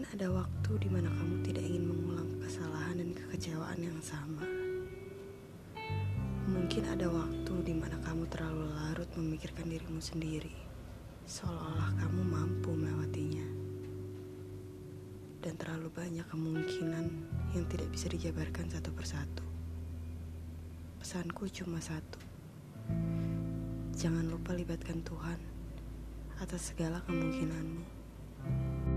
Mungkin ada waktu di mana kamu tidak ingin mengulang kesalahan dan kekecewaan yang sama. Mungkin ada waktu di mana kamu terlalu larut memikirkan dirimu sendiri, seolah-olah kamu mampu melewatinya. Dan terlalu banyak kemungkinan yang tidak bisa dijabarkan satu persatu. Pesanku cuma satu. Jangan lupa libatkan Tuhan atas segala kemungkinanmu.